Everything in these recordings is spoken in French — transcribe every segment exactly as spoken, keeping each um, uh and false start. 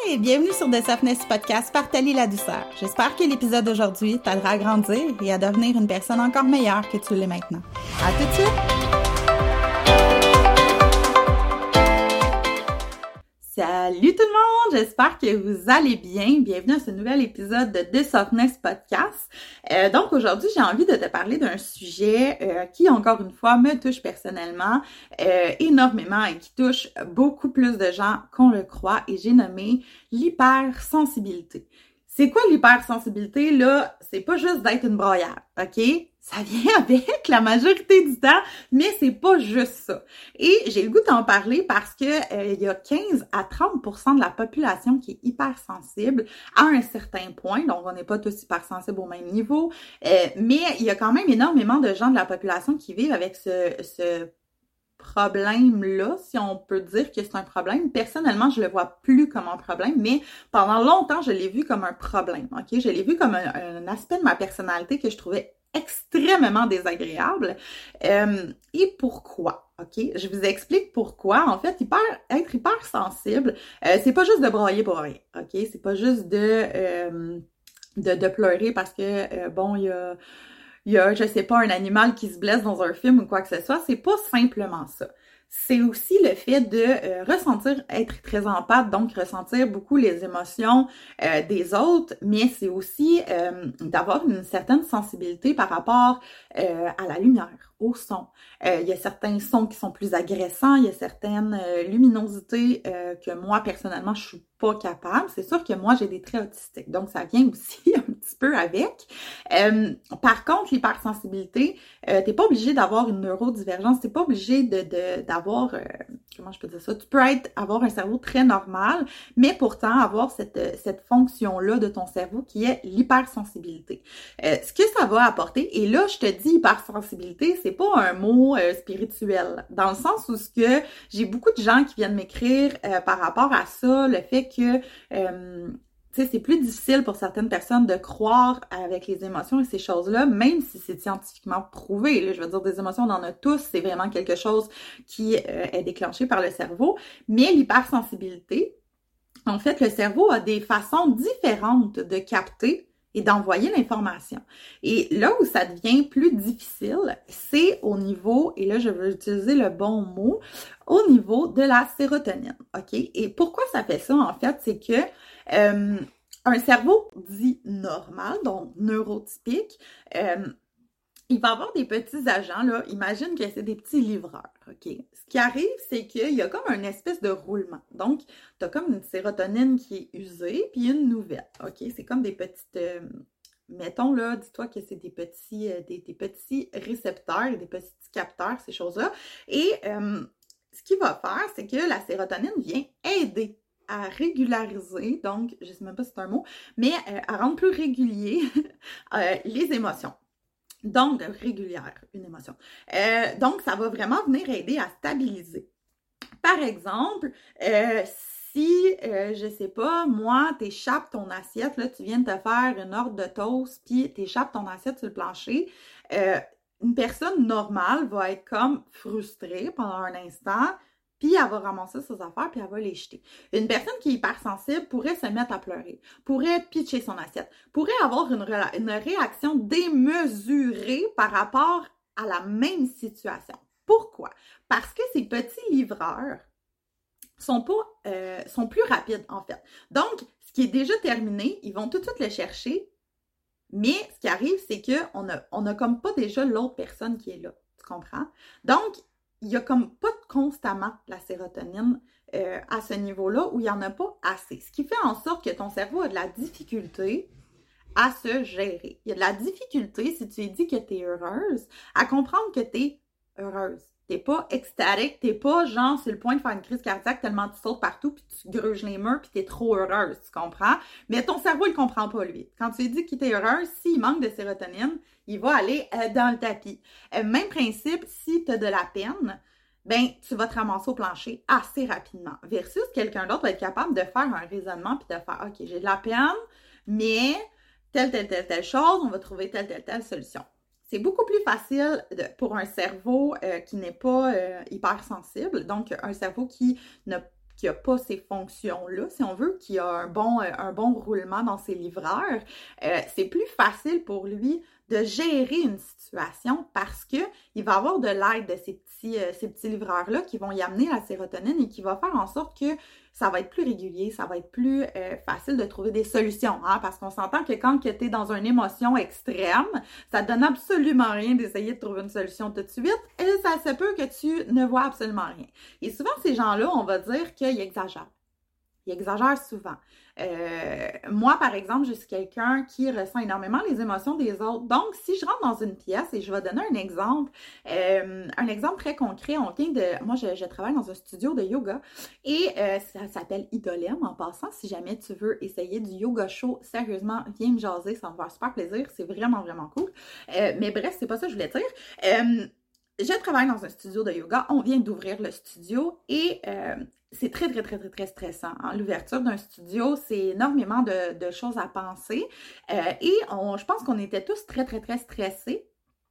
et bienvenue sur The Softness Podcast par Thalie la douceur. J'espère que l'épisode d'aujourd'hui t'aidera à grandir et à devenir une personne encore meilleure que tu l'es maintenant. À tout de suite! Salut tout le monde! J'espère que vous allez bien. Bienvenue à ce nouvel épisode de The Softness Podcast. Euh, donc aujourd'hui, j'ai envie de te parler d'un sujet euh, qui, encore une fois, me touche personnellement euh, énormément et qui touche beaucoup plus de gens qu'on le croit, et j'ai nommé l'hypersensibilité. C'est quoi l'hypersensibilité, là? C'est pas juste d'être une broyade, OK? Ça vient avec la majorité du temps, mais c'est pas juste ça. Et j'ai le goût d'en parler parce que euh, il y a quinze à trente pour cent de la population qui est hypersensible à un certain point, donc on n'est pas tous hypersensibles au même niveau, euh, mais il y a quand même énormément de gens de la population qui vivent avec ce, ce problème-là, si on peut dire que c'est un problème. Personnellement, je le vois plus comme un problème, mais pendant longtemps, je l'ai vu comme un problème, ok? Je l'ai vu comme un, un aspect de ma personnalité que je trouvais extrêmement désagréable. Euh, et pourquoi? OK? Je vous explique pourquoi. En fait, hyper, être hypersensible, euh, c'est pas juste de brailler pour rien. OK? C'est pas juste de, euh, de, de pleurer parce que, euh, bon, il y a, il y a, je sais pas, un animal qui se blesse dans un film ou quoi que ce soit. C'est pas simplement ça. C'est aussi le fait de euh, ressentir, être très empathe, donc ressentir beaucoup les émotions euh, des autres, mais c'est aussi euh, d'avoir une certaine sensibilité par rapport euh, à la lumière, au son. Euh, il y a certains sons qui sont plus agressants, il y a certaines euh, luminosités euh, que moi, personnellement, je suis pas capable. C'est sûr que moi, j'ai des traits autistiques, donc ça vient aussi un petit peu avec. Euh, par contre, l'hypersensibilité, euh, t'es pas obligé d'avoir une neurodivergence, t'es pas obligé de, de d'avoir, euh, comment je peux dire ça, tu peux être, avoir un cerveau très normal, mais pourtant avoir cette, cette fonction-là de ton cerveau qui est l'hypersensibilité. Euh, ce que ça va apporter, et là, je te dis hypersensibilité, c'est pas un mot euh, spirituel, dans le sens où ce que j'ai beaucoup de gens qui viennent m'écrire euh, par rapport à ça, le fait que euh, tu sais, c'est plus difficile pour certaines personnes de croire avec les émotions et ces choses-là, même si c'est scientifiquement prouvé. Là, je veux dire, des émotions, on en a tous, c'est vraiment quelque chose qui euh, est déclenché par le cerveau. Mais l'hypersensibilité, en fait, le cerveau a des façons différentes de capter et d'envoyer l'information. Et là où ça devient plus difficile, c'est au niveau, et là je veux utiliser le bon mot, au niveau de la sérotonine, OK? Et pourquoi ça fait ça, en fait? C'est que euh, un cerveau dit normal, donc neurotypique, euh, il va avoir des petits agents, là, imagine que c'est des petits livreurs, OK? Ce qui arrive, c'est qu'il y a comme une espèce de roulement. Donc, tu as comme une sérotonine qui est usée, puis une nouvelle, OK? C'est comme des petites... Euh, mettons, là, dis-toi que c'est des petits, euh, des, des petits récepteurs, des petits capteurs, ces choses-là. Et euh, ce qu'il va faire, c'est que la sérotonine vient aider à régulariser, donc, je sais même pas si c'est un mot, mais euh, à rendre plus régulier euh, les émotions. Donc, régulière, une émotion. Euh, donc, ça va vraiment venir aider à stabiliser. Par exemple, euh, si, euh, je sais pas, moi, t'échappes ton assiette, là, tu viens de te faire une ordre de toast, puis t'échappes ton assiette sur le plancher, euh, une personne normale va être comme frustrée pendant un instant, puis elle va ramasser ses affaires, puis elle va les jeter. Une personne qui est hypersensible pourrait se mettre à pleurer, pourrait pitcher son assiette, pourrait avoir une, rela- une réaction démesurée par rapport à la même situation. Pourquoi? Parce que ces petits livreurs sont pas, euh, sont plus rapides, en fait. Donc, ce qui est déjà terminé, ils vont tout de suite le chercher, mais ce qui arrive, c'est qu'on a, on a comme pas déjà l'autre personne qui est là. Tu comprends? Donc, il y a comme pas constamment la sérotonine euh, à ce niveau-là où il n'y en a pas assez. Ce qui fait en sorte que ton cerveau a de la difficulté à se gérer. Il y a de la difficulté, si tu lui dis que tu es heureuse, à comprendre que tu es heureuse. T'es pas extatique, t'es pas genre sur le point de faire une crise cardiaque tellement tu sautes partout puis tu gruges les murs puis t'es trop heureuse, tu comprends? Mais ton cerveau, il comprend pas, lui. Quand tu lui dis qu'il est heureuse, s'il manque de sérotonine, il va aller euh, dans le tapis. Euh, même principe, si t'as de la peine, ben tu vas te ramasser au plancher assez rapidement. Versus quelqu'un d'autre va être capable de faire un raisonnement puis de faire « Ok, j'ai de la peine, mais telle, telle, telle, telle chose, on va trouver telle, telle, telle solution. » C'est beaucoup plus facile de, pour un cerveau euh, qui n'est pas euh, hypersensible, donc un cerveau qui ne qui n'a pas ces fonctions-là, si on veut, qui a un bon, euh, un bon roulement dans ses livreurs, euh, c'est plus facile pour lui de gérer une situation parce que il va avoir de l'aide de ces petits, euh, ces petits livreurs-là qui vont y amener la sérotonine et qui va faire en sorte que ça va être plus régulier, ça va être plus euh, facile de trouver des solutions, hein, parce qu'on s'entend que quand tu es dans une émotion extrême, ça te donne absolument rien d'essayer de trouver une solution tout de suite et ça se peut que tu ne vois absolument rien. Et souvent, ces gens-là, on va dire qu'ils exagèrent. Ils exagèrent souvent. Euh, moi, par exemple, je suis quelqu'un qui ressent énormément les émotions des autres. Donc, si je rentre dans une pièce, et je vais donner un exemple, euh, un exemple très concret, on vient de... Moi, je, je travaille dans un studio de yoga et euh, ça s'appelle Idolem en passant. Si jamais tu veux essayer du yoga chaud, sérieusement, viens me jaser, ça me va faire super plaisir. C'est vraiment, vraiment cool. Euh, mais bref, c'est pas ça que je voulais dire. Euh, Je travaille dans un studio de yoga. On vient d'ouvrir le studio et euh, c'est très, très, très, très, très stressant. Hein? L'ouverture d'un studio, c'est énormément de, de choses à penser. Euh, et on, je pense qu'on était tous très, très, très stressés.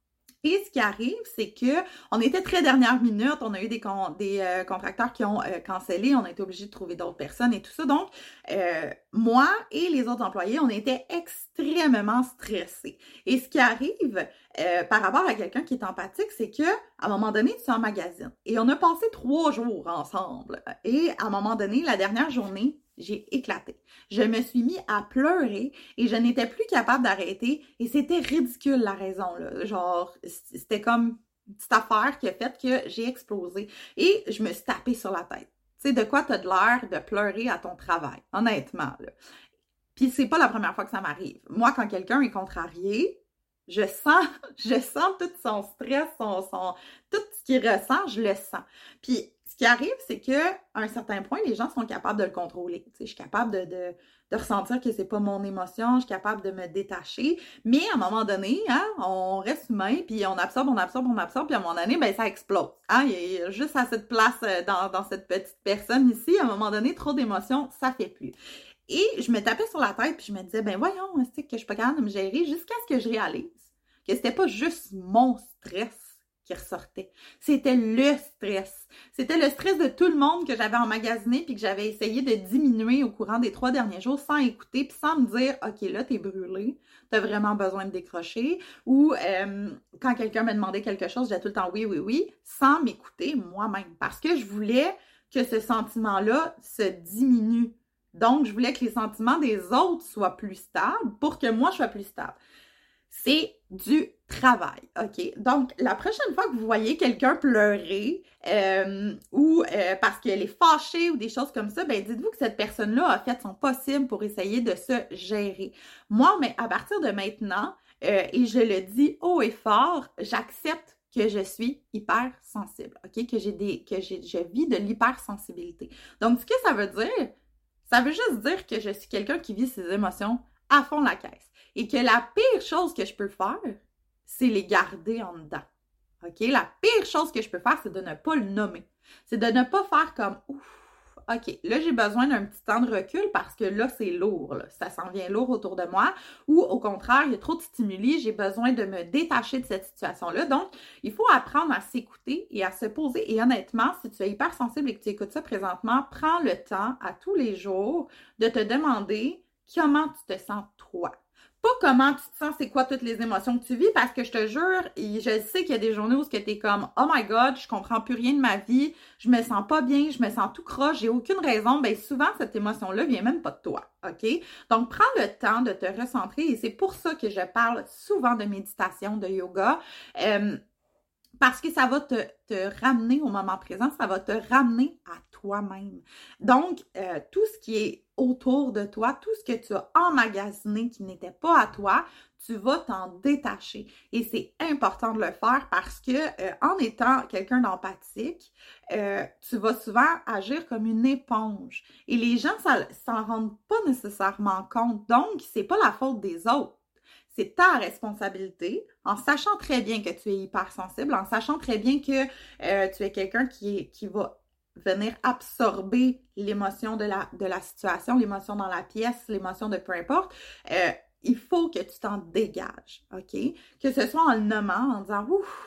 Et ce qui arrive, c'est que on était très dernière minute, on a eu des, con, des euh, contracteurs qui ont euh, cancellé, on a été obligé de trouver d'autres personnes et tout ça. Donc, euh, moi et les autres employés, on était extrêmement stressés. Et ce qui arrive euh, par rapport à quelqu'un qui est empathique, c'est que à un moment donné, tu emmagasines. Et on a passé trois jours ensemble. Et à un moment donné, la dernière journée, j'ai éclaté. Je me suis mis à pleurer et je n'étais plus capable d'arrêter et c'était ridicule la raison, là. Genre, c'était comme une petite affaire qui a fait que j'ai explosé et je me suis tapée sur la tête. Tu sais, de quoi t'as de l'air de pleurer à ton travail, honnêtement, là. Puis c'est pas la première fois que ça m'arrive. Moi, quand quelqu'un est contrarié, je sens, je sens tout son stress, son, son, tout ce qu'il ressent, je le sens. Puis ce qui arrive, c'est qu'à un certain point, les gens sont capables de le contrôler. Tu sais, je suis capable de, de, de ressentir que c'est pas mon émotion, je suis capable de me détacher. Mais à un moment donné, hein, on reste humain, puis on absorbe, on absorbe, on absorbe, puis à un moment donné, ben ça explose. Hein? Il y a juste à cette place dans, dans cette petite personne ici, à un moment donné, trop d'émotions, ça fait plus. Et je me tapais sur la tête, puis je me disais, ben voyons, c'est que je suis pas capable de me gérer jusqu'à ce que je réalise que c'était pas juste mon stress qui ressortait. C'était le stress. C'était le stress de tout le monde que j'avais emmagasiné puis que j'avais essayé de diminuer au courant des trois derniers jours sans écouter puis sans me dire « Ok, là, t'es brûlé, t'as vraiment besoin de décrocher. » Ou euh, quand quelqu'un me demandait quelque chose, j'ai tout le temps « Oui, oui, oui », sans m'écouter moi-même. Parce que je voulais que ce sentiment-là se diminue. Donc, je voulais que les sentiments des autres soient plus stables pour que moi, je sois plus stable. C'est du travail, OK? Donc, la prochaine fois que vous voyez quelqu'un pleurer euh, ou euh, parce qu'elle est fâchée ou des choses comme ça, ben dites-vous que cette personne-là a fait son possible pour essayer de se gérer. Moi, mais à partir de maintenant, euh, et je le dis haut et fort, j'accepte que je suis hypersensible, OK? Que j'ai des, que j'ai, je vis de l'hypersensibilité. Donc, ce que ça veut dire, ça veut juste dire que je suis quelqu'un qui vit ses émotions à fond la caisse. Et que la pire chose que je peux faire, c'est les garder en dedans. OK? La pire chose que je peux faire, c'est de ne pas le nommer. C'est de ne pas faire comme « Ouf, OK, là, j'ai besoin d'un petit temps de recul parce que là, c'est lourd. Là. Ça s'en vient lourd autour de moi. » Ou au contraire, il y a trop de stimuli, j'ai besoin de me détacher de cette situation-là. Donc, il faut apprendre à s'écouter et à se poser. Et honnêtement, si tu es hypersensible et que tu écoutes ça présentement, prends le temps à tous les jours de te demander comment tu te sens toi. Pas comment tu te sens, c'est quoi toutes les émotions que tu vis, parce que je te jure, et je sais qu'il y a des journées où tu es comme « Oh my God, je comprends plus rien de ma vie, je me sens pas bien, je me sens tout croche, j'ai aucune raison. » Ben souvent, cette émotion-là vient même pas de toi, OK? Donc, prends le temps de te recentrer et c'est pour ça que je parle souvent de méditation, de yoga, euh, parce que ça va te, te ramener au moment présent, ça va te ramener à toi-même. Donc, euh, tout ce qui est autour de toi, tout ce que tu as emmagasiné qui n'était pas à toi, tu vas t'en détacher. Et c'est important de le faire parce que euh, en étant quelqu'un d'empathique, euh, tu vas souvent agir comme une éponge. Et les gens ça, s'en rendent pas nécessairement compte. Donc, c'est pas la faute des autres. C'est ta responsabilité, en sachant très bien que tu es hypersensible, en sachant très bien que euh, tu es quelqu'un qui, est, qui va venir absorber l'émotion de la, de la situation, l'émotion dans la pièce, l'émotion de peu importe. Euh, il faut que tu t'en dégages, OK? Que ce soit en le nommant, en disant « Ouf,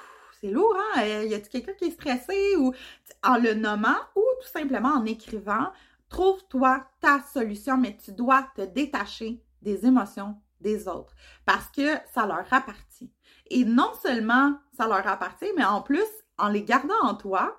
c'est lourd, hein? Euh, y a-t-il quelqu'un qui est stressé? Ou en le nommant ou tout simplement en écrivant, trouve-toi ta solution, mais tu dois te détacher des émotions des autres parce que ça leur appartient. Et non seulement ça leur appartient, mais en plus, en les gardant en toi,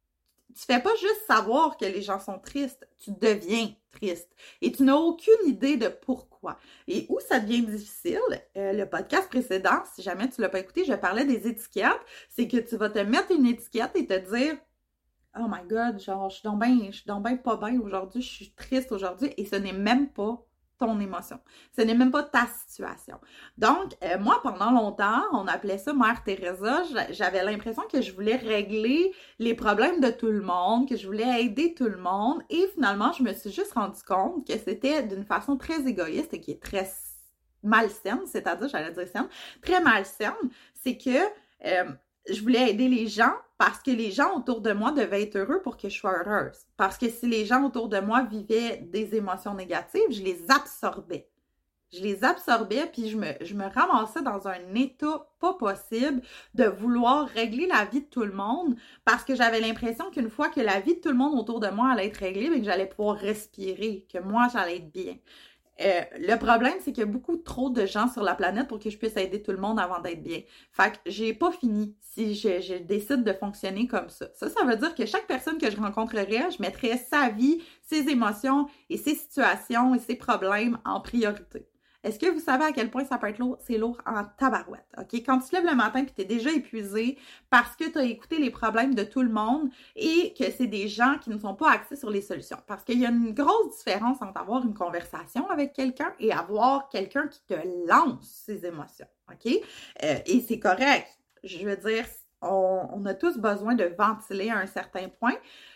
tu fais pas juste savoir que les gens sont tristes, tu deviens triste. Et tu n'as aucune idée de pourquoi. Et où ça devient difficile, euh, le podcast précédent, si jamais tu l'as pas écouté, je parlais des étiquettes, c'est que tu vas te mettre une étiquette et te dire « Oh my God, genre, je suis donc bien, je suis donc bien pas bien aujourd'hui, je suis triste aujourd'hui. » Et ce n'est même pas ton émotion. Ce n'est même pas ta situation. Donc, euh, moi, pendant longtemps, on appelait ça Mère Teresa. J'avais l'impression que je voulais régler les problèmes de tout le monde, que je voulais aider tout le monde. Et finalement, je me suis juste rendu compte que c'était d'une façon très égoïste et qui est très malsaine, c'est-à-dire, j'allais dire saine, très malsaine. C'est que euh, je voulais aider les gens parce que les gens autour de moi devaient être heureux pour que je sois heureuse. Parce que si les gens autour de moi vivaient des émotions négatives, je les absorbais. Je les absorbais, puis je me, je me ramassais dans un état pas possible de vouloir régler la vie de tout le monde parce que j'avais l'impression qu'une fois que la vie de tout le monde autour de moi allait être réglée, bien que j'allais pouvoir respirer, que moi, j'allais être bien. Euh, le problème, c'est qu'il y a beaucoup trop de gens sur la planète pour que je puisse aider tout le monde avant d'être bien. Fait que j'ai pas fini si je, je décide de fonctionner comme ça. Ça, ça veut dire que chaque personne que je rencontrerais, je mettrais sa vie, ses émotions et ses situations et ses problèmes en priorité. Est-ce que vous savez à quel point ça peut être lourd? C'est lourd en tabarouette, OK? Quand tu te lèves le matin et que tu es déjà épuisé parce que tu as écouté les problèmes de tout le monde et que c'est des gens qui ne sont pas axés sur les solutions. Parce qu'il y a une grosse différence entre avoir une conversation avec quelqu'un et avoir quelqu'un qui te lance ses émotions, OK? Euh, et c'est correct. Je veux dire, on, on a tous besoin de ventiler à un certain point.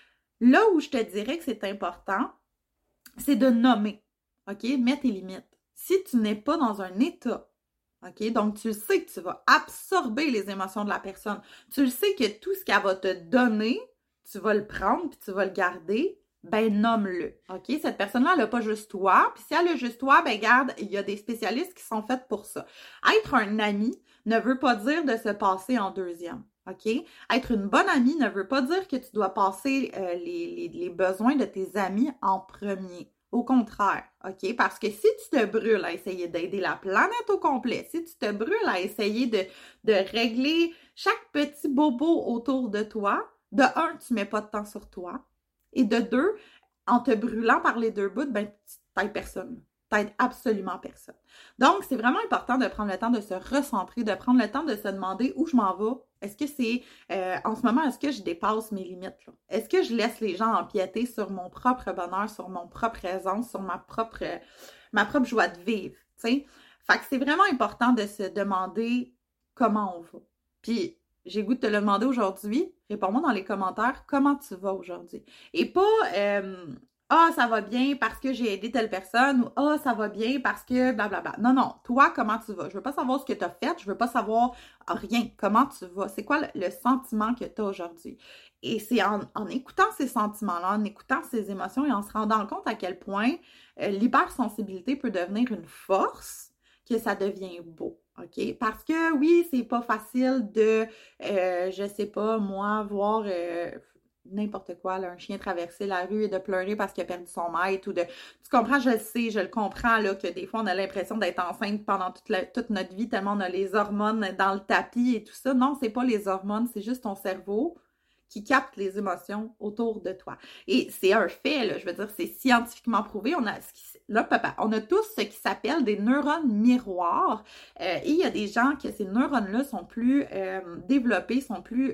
Là où je te dirais que c'est important, c'est de nommer, OK? Mets tes limites. Si tu n'es pas dans un état, OK, donc tu sais que tu vas absorber les émotions de la personne, tu le sais que tout ce qu'elle va te donner, tu vas le prendre puis tu vas le garder, ben nomme-le, OK? Cette personne-là, elle n'a pas juste toi, puis si elle a juste toi, ben garde, il y a des spécialistes qui sont faits pour ça. Être un ami ne veut pas dire de se passer en deuxième. OK? Être une bonne amie ne veut pas dire que tu dois passer euh, les, les, les besoins de tes amis en premier. Au contraire, OK? Parce que si tu te brûles à essayer d'aider la planète au complet, si tu te brûles à essayer de, de régler chaque petit bobo autour de toi, de un, tu mets pas de temps sur toi, et de deux, en te brûlant par les deux bouts, ben, tu t'aides personne. T'aides absolument personne. Donc, c'est vraiment important de prendre le temps de se recentrer, de prendre le temps de se demander où je m'en vais. Est-ce que c'est, euh, en ce moment, est-ce que je dépasse mes limites, là? Est-ce que je laisse les gens empiéter sur mon propre bonheur, sur mon propre aisance, sur ma propre, ma propre joie de vivre, tu sais? Fait que c'est vraiment important de se demander comment on va. Puis, j'ai le goût de te le demander aujourd'hui. Réponds-moi dans les commentaires comment tu vas aujourd'hui. Et pas... Euh, ah, ça va bien parce que j'ai aidé telle personne ou ah, ça va bien parce que blablabla. Non, non. Toi, comment tu vas? Je veux pas savoir ce que tu as fait. Je veux pas savoir rien. Comment tu vas? C'est quoi le, le sentiment que tu as aujourd'hui? Et c'est en, en écoutant ces sentiments-là, en écoutant ces émotions et en se rendant compte à quel point euh, l'hypersensibilité peut devenir une force que ça devient beau. OK? Parce que oui, c'est pas facile de, euh, je sais pas, moi, voir... Euh, n'importe quoi, là, un chien traverser la rue et de pleurer parce qu'il a perdu son maître ou de... Tu comprends, je le sais, je le comprends, là, que des fois, on a l'impression d'être enceinte pendant toute, la, toute notre vie, tellement on a les hormones dans le tapis et tout ça. Non, c'est pas les hormones, c'est juste ton cerveau qui capte les émotions autour de toi. Et c'est un fait, là, je veux dire, c'est scientifiquement prouvé. On a, là, papa, on a tous ce qui s'appelle des neurones miroirs. Euh, et il y a des gens que ces neurones-là sont plus euh, développés, sont plus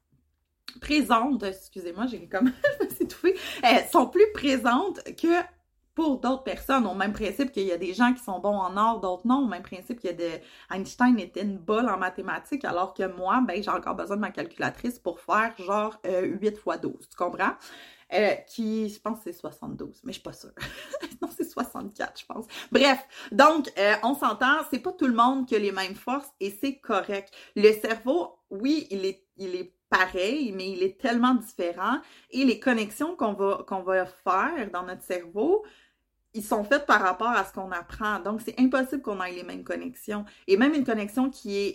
présentes, excusez-moi, j'ai comme, je me suis étouffée, euh, sont plus présentes que pour d'autres personnes, au même principe qu'il y a des gens qui sont bons en art, d'autres non, au même principe qu'il y a de... Einstein était une bolle en mathématiques, alors que moi, ben, j'ai encore besoin de ma calculatrice pour faire genre euh, huit fois douze, tu comprends? Euh, qui, je pense que c'est soixante-douze, mais je suis pas sûre. Non, c'est soixante-quatre, je pense. Bref, donc, euh, on s'entend, c'est pas tout le monde qui a les mêmes forces et c'est correct. Le cerveau, oui, il est, il est pareil, mais il est tellement différent et les connexions qu'on va, qu'on va faire dans notre cerveau, ils sont faites par rapport à ce qu'on apprend. Donc, c'est impossible qu'on ait les mêmes connexions. Et même une connexion qui est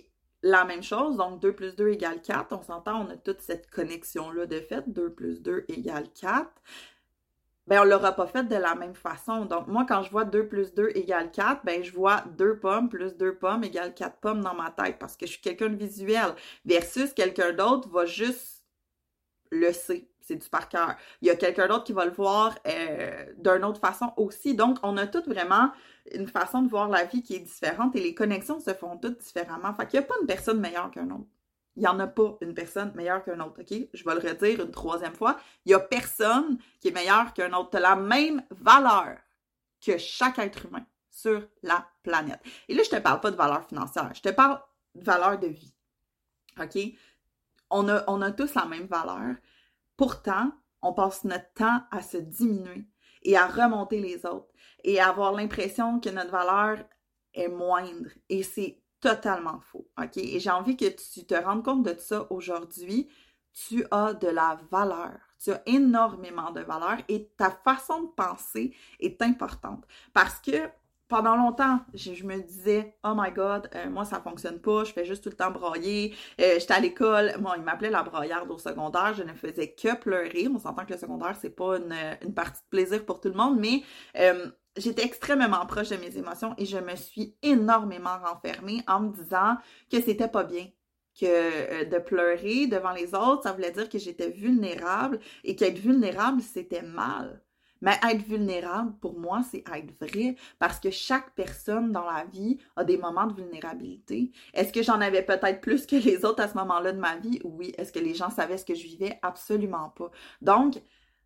la même chose, donc deux plus deux égale quatre. On s'entend, on a toute cette connexion-là de fait, deux plus deux égale quatre. Ben, on l'aura pas fait de la même façon. Donc, moi, quand je vois deux plus deux égale quatre, ben, je vois deux pommes plus deux pommes égale quatre pommes dans ma tête parce que je suis quelqu'un de visuel versus quelqu'un d'autre va juste le sait. C'est du par cœur. Il y a quelqu'un d'autre qui va le voir euh, d'une autre façon aussi. Donc, on a toutes vraiment une façon de voir la vie qui est différente et les connexions se font toutes différemment. Fait qu'il n'y a pas une personne meilleure qu'un autre. Il n'y en a pas une personne meilleure qu'un autre, OK? Je vais le redire une troisième fois. Il n'y a personne qui est meilleur qu'un autre. Tu as la même valeur que chaque être humain sur la planète. Et là, je te parle pas de valeur financière. Je te parle de valeur de vie. OK? On a, on a tous la même valeur. Pourtant, on passe notre temps à se diminuer et à remonter les autres et à avoir l'impression que notre valeur est moindre. Et c'est totalement faux, OK? Et j'ai envie que tu te rendes compte de ça aujourd'hui. Tu as de la valeur. Tu as énormément de valeur et ta façon de penser est importante. Parce que pendant longtemps, je, je me disais « Oh my God, euh, moi ça fonctionne pas, je fais juste tout le temps brailler. Euh, » J'étais à l'école, moi ils m'appelaient la braillarde au secondaire, je ne faisais que pleurer. On s'entend que le secondaire, c'est pas une, une partie de plaisir pour tout le monde, mais euh, j'étais extrêmement proche de mes émotions et je me suis énormément renfermée en me disant que c'était pas bien. Que euh, de pleurer devant les autres, ça voulait dire que j'étais vulnérable et qu'être vulnérable, c'était mal. Mais être vulnérable, pour moi, c'est être vrai parce que chaque personne dans la vie a des moments de vulnérabilité. Est-ce que j'en avais peut-être plus que les autres à ce moment-là de ma vie? Oui. Est-ce que les gens savaient ce que je vivais? Absolument pas. Donc,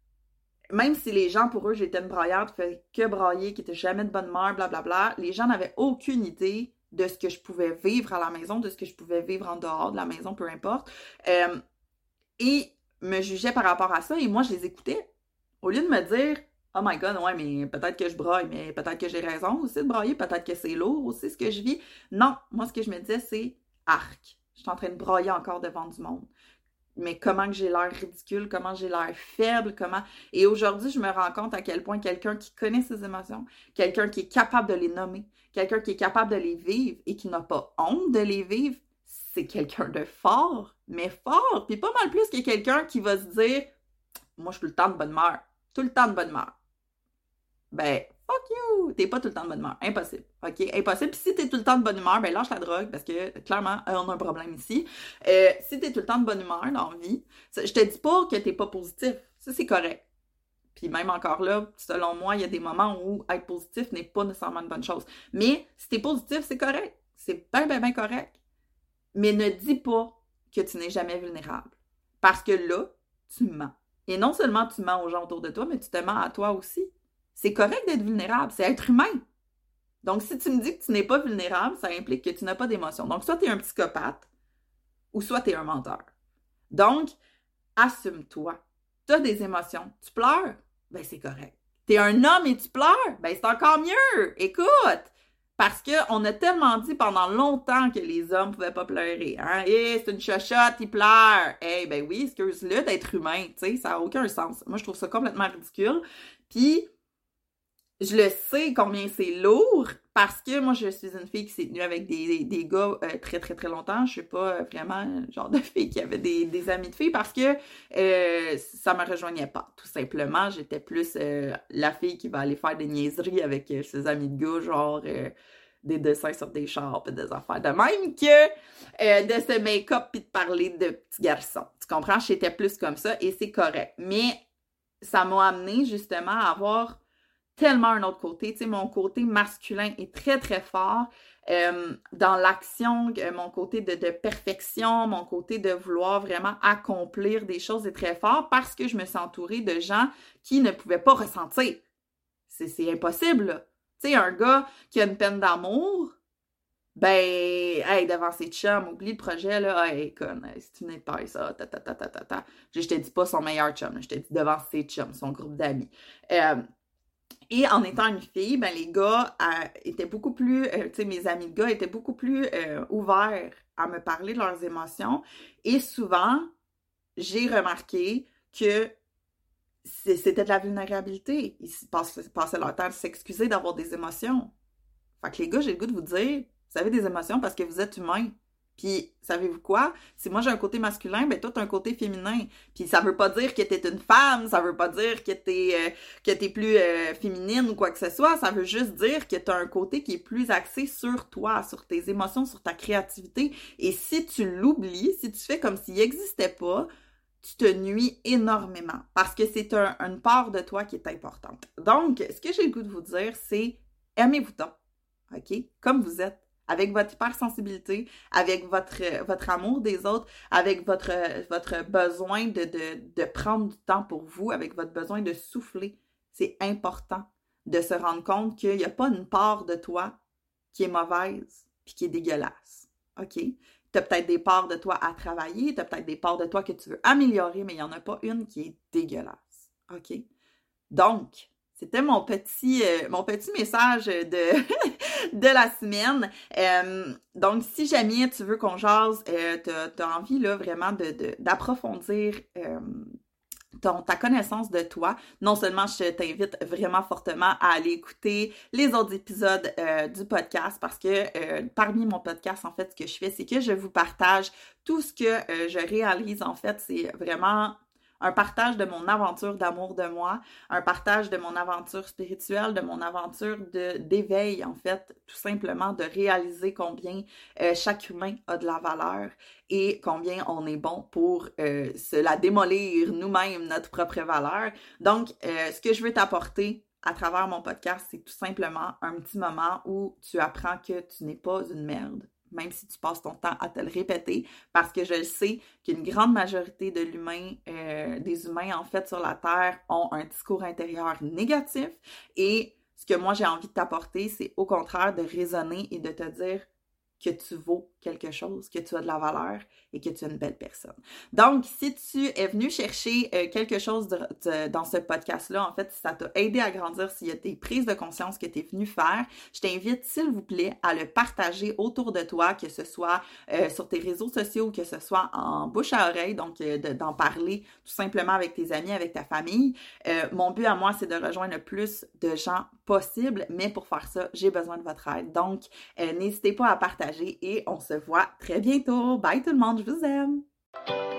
même si les gens, pour eux, j'étais une braillarde, qui faisait que brailler, qui était jamais de bonne humeur, blablabla, les gens n'avaient aucune idée de ce que je pouvais vivre à la maison, de ce que je pouvais vivre en dehors de la maison, peu importe. Euh, et me jugeaient par rapport à ça et moi, je les écoutais. Au lieu de me dire « Oh my God, ouais, mais peut-être que je braille, mais peut-être que j'ai raison aussi de brailler, peut-être que c'est lourd aussi ce que je vis. » Non, moi, ce que je me disais, c'est « Arc, je suis en train de brailler encore devant du monde. » Mais comment que j'ai l'air ridicule, comment j'ai l'air faible, comment... Et aujourd'hui, je me rends compte à quel point quelqu'un qui connaît ses émotions, quelqu'un qui est capable de les nommer, quelqu'un qui est capable de les vivre et qui n'a pas honte de les vivre, c'est quelqu'un de fort, mais fort. Puis pas mal plus que quelqu'un qui va se dire « Moi, je suis tout le temps de bonne humeur. Tout le temps de bonne humeur. » Ben, fuck you! T'es pas tout le temps de bonne humeur. Impossible. OK? Impossible. Puis si t'es tout le temps de bonne humeur, ben lâche la drogue parce que, clairement, on a un problème ici. Euh, si t'es tout le temps de bonne humeur dans la vie, je te dis pas que t'es pas positif. Ça, c'est correct. Puis même encore là, selon moi, il y a des moments où être positif n'est pas nécessairement une bonne chose. Mais si t'es positif, c'est correct. C'est bien, bien, bien correct. Mais ne dis pas que tu n'es jamais vulnérable. Parce que là, tu mens. Et non seulement tu mens aux gens autour de toi, mais tu te mens à toi aussi. C'est correct d'être vulnérable, c'est être humain. Donc, si tu me dis que tu n'es pas vulnérable, ça implique que tu n'as pas d'émotions. Donc, soit tu es un psychopathe, ou soit tu es un menteur. Donc, assume-toi. Tu as des émotions. Tu pleures? Ben, c'est correct. Tu es un homme et tu pleures? Ben, c'est encore mieux. Écoute! Parce qu'on a tellement dit pendant longtemps que les hommes ne pouvaient pas pleurer. Hein? Eh, c'est une chochotte, il pleure. Eh, hey, ben oui, excuse-le d'être humain. Tu sais, ça n'a aucun sens. Moi, je trouve ça complètement ridicule. Puis, je le sais combien c'est lourd parce que moi, je suis une fille qui s'est tenue avec des, des, des gars euh, très, très, très longtemps. Je suis pas vraiment le genre de fille qui avait des, des amis de filles parce que euh, ça me rejoignait pas, tout simplement. J'étais plus euh, la fille qui va aller faire des niaiseries avec euh, ses amis de gars, genre euh, des dessins sur des chars et des affaires de même que euh, de se make-up puis de parler de petits garçons. Tu comprends? J'étais plus comme ça et c'est correct. Mais ça m'a amené justement à avoir tellement un autre côté. Tu sais, mon côté masculin est très, très fort euh, dans l'action, euh, mon côté de, de perfection, mon côté de vouloir vraiment accomplir des choses est très fort parce que je me suis entourée de gens qui ne pouvaient pas ressentir. C'est, c'est impossible, là. Tu sais, un gars qui a une peine d'amour, ben, hey, devant ses chums, oublie le projet, là, hey, con, c'est une épaisse, ça, ta, ta, ta, ta, ta, ta. Je te dis pas son meilleur chum, je te dis devant ses chums, son groupe d'amis. Euh, Et en étant une fille, ben les gars euh, étaient beaucoup plus, euh, tu sais, mes amis de gars étaient beaucoup plus euh, ouverts à me parler de leurs émotions. Et souvent, j'ai remarqué que c'était de la vulnérabilité. Ils passaient, passaient leur temps à s'excuser d'avoir des émotions. Fait que les gars, j'ai le goût de vous dire, vous avez des émotions parce que vous êtes humain. Puis, savez-vous quoi? Si moi j'ai un côté masculin, ben toi t'as un côté féminin. Puis ça veut pas dire que t'es une femme, ça veut pas dire que t'es euh, que t'es plus euh, féminine ou quoi que ce soit. Ça veut juste dire que t'as un côté qui est plus axé sur toi, sur tes émotions, sur ta créativité. Et si tu l'oublies, si tu fais comme s'il n'existait pas, tu te nuis énormément parce que c'est un, une part de toi qui est importante. Donc, ce que j'ai le goût de vous dire, c'est aimez-vous tant, OK? Comme vous êtes. Avec votre hypersensibilité, avec votre, votre amour des autres, avec votre, votre besoin de, de, de prendre du temps pour vous, avec votre besoin de souffler. C'est important de se rendre compte qu'il n'y a pas une part de toi qui est mauvaise puis qui est dégueulasse. OK? Tu as peut-être des parts de toi à travailler, tu as peut-être des parts de toi que tu veux améliorer, mais il n'y en a pas une qui est dégueulasse. OK? Donc, c'était mon petit, euh, mon petit message de, de la semaine. Euh, donc, si jamais tu veux qu'on jase, euh, t'as, t'as envie là vraiment de, de, d'approfondir euh, ton, ta connaissance de toi, non seulement je t'invite vraiment fortement à aller écouter les autres épisodes euh, du podcast parce que euh, parmi mon podcast, en fait, ce que je fais, c'est que je vous partage tout ce que euh, je réalise. En fait, c'est vraiment un partage de mon aventure d'amour de moi, un partage de mon aventure spirituelle, de mon aventure de, d'éveil, en fait, tout simplement de réaliser combien euh, chaque humain a de la valeur et combien on est bon pour euh, se la démolir nous-mêmes, notre propre valeur. Donc, euh, ce que je veux t'apporter à travers mon podcast, c'est tout simplement un petit moment où tu apprends que tu n'es pas une merde. Même si tu passes ton temps à te le répéter, parce que je le sais qu'une grande majorité de l'humain, euh, des humains en fait sur la Terre ont un discours intérieur négatif et ce que moi j'ai envie de t'apporter, c'est au contraire de raisonner et de te dire que tu vaux quelque chose, que tu as de la valeur et que tu es une belle personne. Donc, si tu es venu chercher euh, quelque chose de, de, dans ce podcast-là, en fait, si ça t'a aidé à grandir, s'il y a des prises de conscience que tu es venu faire, je t'invite, s'il vous plaît, à le partager autour de toi, que ce soit euh, sur tes réseaux sociaux ou que ce soit en bouche à oreille, donc euh, de, d'en parler tout simplement avec tes amis, avec ta famille. Euh, mon but à moi, c'est de rejoindre le plus de gens possible, mais pour faire ça, j'ai besoin de votre aide. Donc, euh, n'hésitez pas à partager et on se voit très bientôt. Bye tout le monde, je vous aime!